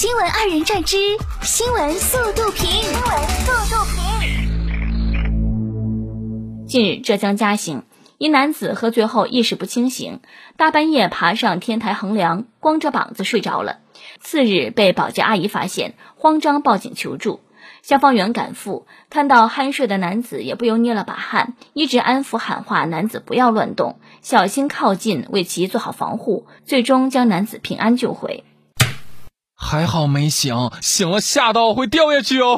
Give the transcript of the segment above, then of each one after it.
新闻二人转之新闻速度评。 近日，浙江嘉兴一男子喝醉后意识不清醒，大半夜爬上天台横梁，光着膀子睡着了。次日被保洁阿姨发现，慌张报警求助。消防员赶赴，看到酣睡的男子，也不由捏了把汗，一直安抚喊话男子不要乱动，小心靠近，为其做好防护，最终将男子平安救回。 还好没醒，醒了吓到会掉下去哦。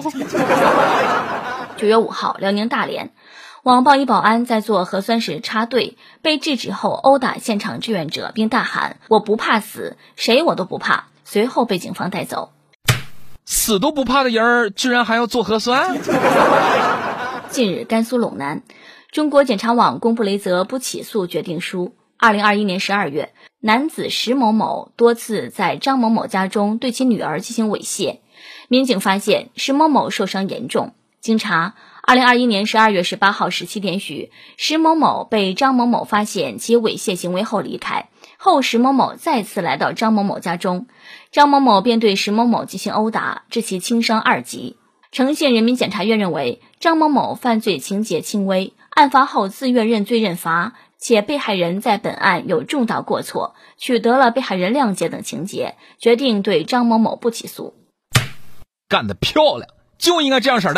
9月5号，辽宁大连，网曝一保安在做核酸时插队，被制止后殴打现场志愿者，并大喊我不怕死，谁我都不怕，随后被警方带走。 死都不怕的人居然还要做核酸。 近日，甘肃陇南，中国检察网公布了一则不起诉决定书。2021年12月，男子石某某多次在张某某家中对其女儿进行猥亵，民警发现石某某受伤严重。经查，2021年12月18号17点许，石某某被张某某发现其猥亵行为后离开，后石某某再次来到张某某家中，张某某便对石某某进行殴打，致其轻伤2级。成县人民检察院认为，张某某犯罪情节轻微，案发后自愿认罪认罚，且被害人在本案有重大过错，取得了被害人谅解等情节，决定对张某某不起诉。 干得漂亮，就应该这样式的。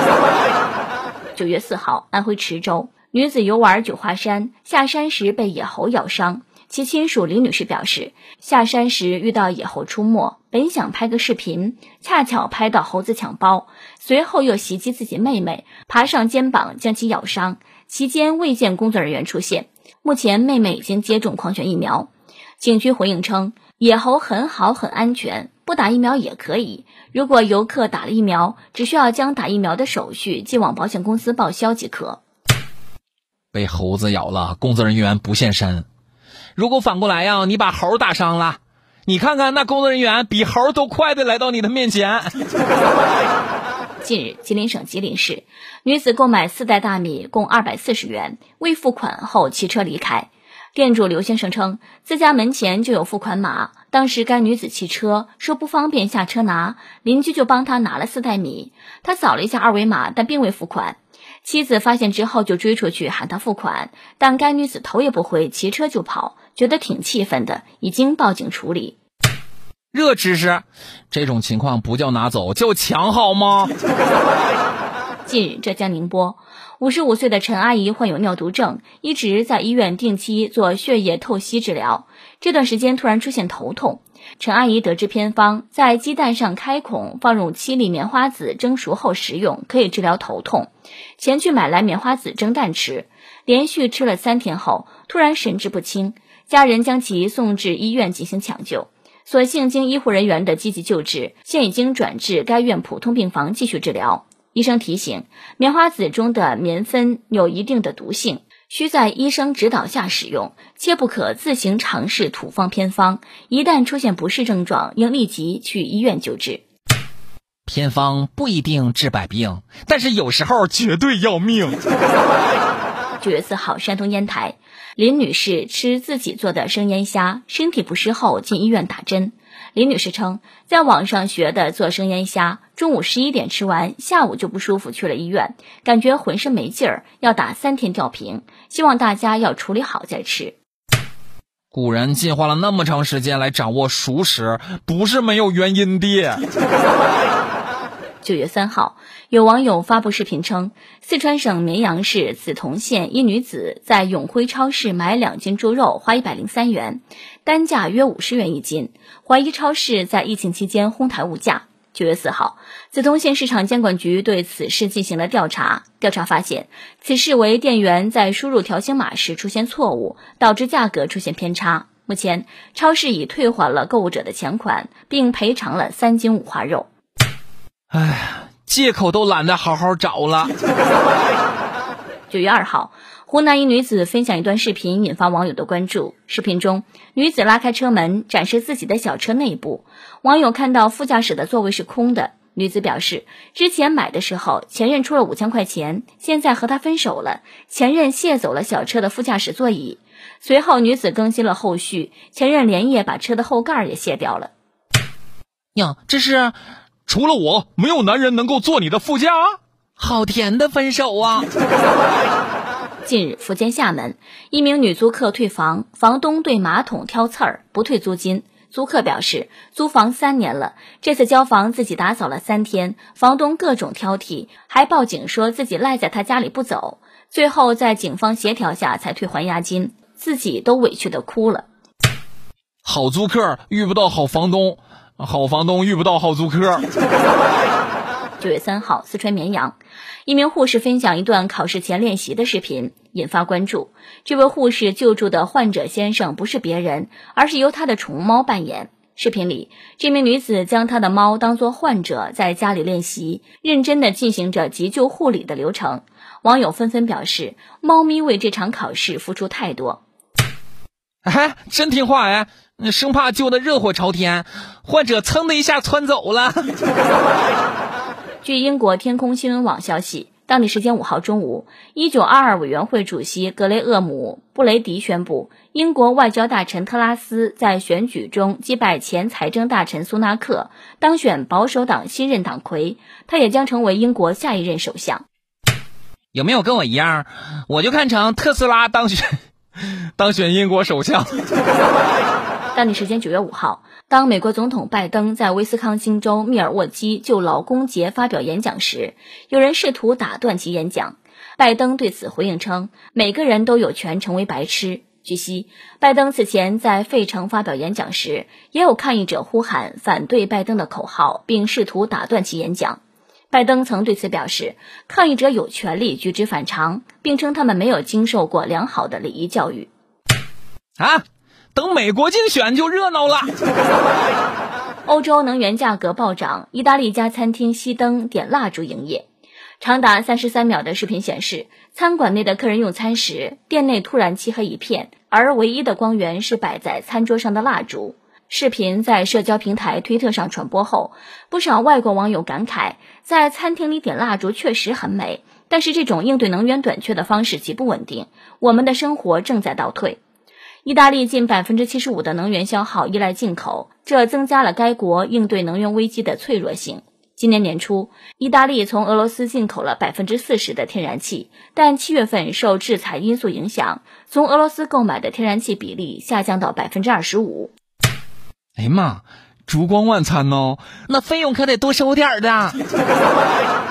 9月4号，安徽池州，女子游玩九华山，下山时被野猴咬伤。其亲属李女士表示，下山时遇到野猴出没，本想拍个视频，恰巧拍到猴子抢包，随后又袭击自己妹妹，爬上肩膀将其咬伤，期间未见工作人员出现。目前妹妹已经接种狂犬疫苗。景区回应称，野猴很好很安全，不打疫苗也可以，如果游客打了疫苗，只需要将打疫苗的手续寄往保险公司报销即可。 被猴子咬了，工作人员不现身。如果反过来呀，你把猴打伤了，你看看那工作人员比猴都快的来到你的面前。 近日，吉林省吉林市，女子购买4袋大米共240元，未付款后骑车离开。店主刘先生称，自家门前就有付款码，当时该女子骑车说不方便下车拿，邻居就帮他拿了4袋米，他扫了一下二维码，但并未付款。妻子发现之后就追出去喊他付款，但该女子头也不回，骑车就跑，觉得挺气愤的，已经报警处理。 热知识，这种情况不叫拿走，叫抢好吗？ 近日，浙江宁波55岁的陈阿姨患有尿毒症，一直在医院定期做血液透析治疗。这段时间突然出现头痛，陈阿姨得知偏方，在鸡蛋上开孔放入7粒棉花籽蒸熟后食用，可以治疗头痛。前去买来棉花籽蒸蛋吃，连续吃了3天后，突然神志不清，家人将其送至医院进行抢救。所幸经医护人员的积极救治，现已经转至该院普通病房继续治疗。医生提醒，棉花籽中的棉酚有一定的毒性，需在医生指导下使用，切不可自行尝试土方偏方，一旦出现不适症状，应立即去医院救治。 偏方不一定治百病，但是有时候绝对要命。 9月4号，山东烟台，林女士吃自己做的生腌虾，身体不适后进医院打针。林女士称，在网上学的做生腌虾，中午11点吃完，下午就不舒服去了医院，感觉浑身没劲儿，要打3天吊瓶，希望大家要处理好再吃。 古人进化了那么长时间来掌握熟食，不是没有原因的。 9月3号，有网友发布视频称，四川省绵阳市梓潼县一女子在永辉超市买2斤猪肉，花103元，单价约50元一斤，怀疑超市在疫情期间哄抬物价。9月4号，梓潼县市场监管局对此事进行了调查，调查发现，此事为店员在输入条形码时出现错误，导致价格出现偏差。目前，超市已退还了购物者的钱款，并赔偿了3斤五花肉。 借口都懒得好好找了。 9月2号，湖南一女子分享一段视频，引发网友的关注。视频中，女子拉开车门，展示自己的小车内部。网友看到副驾驶的座位是空的。女子表示，之前买的时候，前任出了5000块钱，现在和他分手了，前任卸走了小车的副驾驶座椅。随后，女子更新了后续，前任连夜把车的后盖也卸掉了。 呀，这是除了我，没有男人能够坐你的副驾，好甜的分手啊！ 近日，福建厦门一名女租客退房，房东对马桶挑刺儿，不退租金。租客表示，租房3年了，这次交房自己打扫了3天，房东各种挑剔，还报警说自己赖在他家里不走，最后在警方协调下才退还押金，自己都委屈的哭了。 好租客遇不到好房东，好房东遇不到好租客。 9月3号，四川绵阳，一名护士分享一段考试前练习的视频，引发关注。这位护士救助的患者先生不是别人，而是由他的宠物猫扮演。视频里，这名女子将她的猫当作患者在家里练习，认真地进行着急救护理的流程。网友纷纷表示，猫咪为这场考试付出太多。 哎，真听话哎，生怕救得热火朝天，患者噌的一下窜走了。 据英国天空新闻网消息，当地时间5号中午，1922委员会主席格雷厄姆·布雷迪宣布，英国外交大臣特拉斯在选举中击败前财政大臣苏纳克，当选保守党新任党魁，他也将成为英国下一任首相。 有没有跟我一样？我就看成特斯拉当选英国首相。 当地时间9月5号，当美国总统拜登在威斯康星州密尔沃基就劳工节发表演讲时，有人试图打断其演讲。拜登对此回应称，每个人都有权成为白痴。据悉，拜登此前在费城发表演讲时，也有抗议者呼喊反对拜登的口号，并试图打断其演讲。拜登曾对此表示，抗议者有权利举止反常，并称他们没有经受过良好的礼仪教育。 等美国竞选就热闹了。 欧洲能源价格暴涨，意大利一家餐厅熄灯点蜡烛营业。长达33秒的视频显示，餐馆内的客人用餐时，店内突然漆黑一片，而唯一的光源是摆在餐桌上的蜡烛。视频在社交平台推特上传播后，不少外国网友感慨，在餐厅里点蜡烛确实很美，但是这种应对能源短缺的方式极不稳定，我们的生活正在倒退。意大利近 75% 的能源消耗依赖进口，这增加了该国应对能源危机的脆弱性。今年年初，意大利从俄罗斯进口了 40% 的天然气，但7月份受制裁因素影响，从俄罗斯购买的天然气比例下降到 25%。 哎呀妈，烛光晚餐哦，那费用可得多收点的。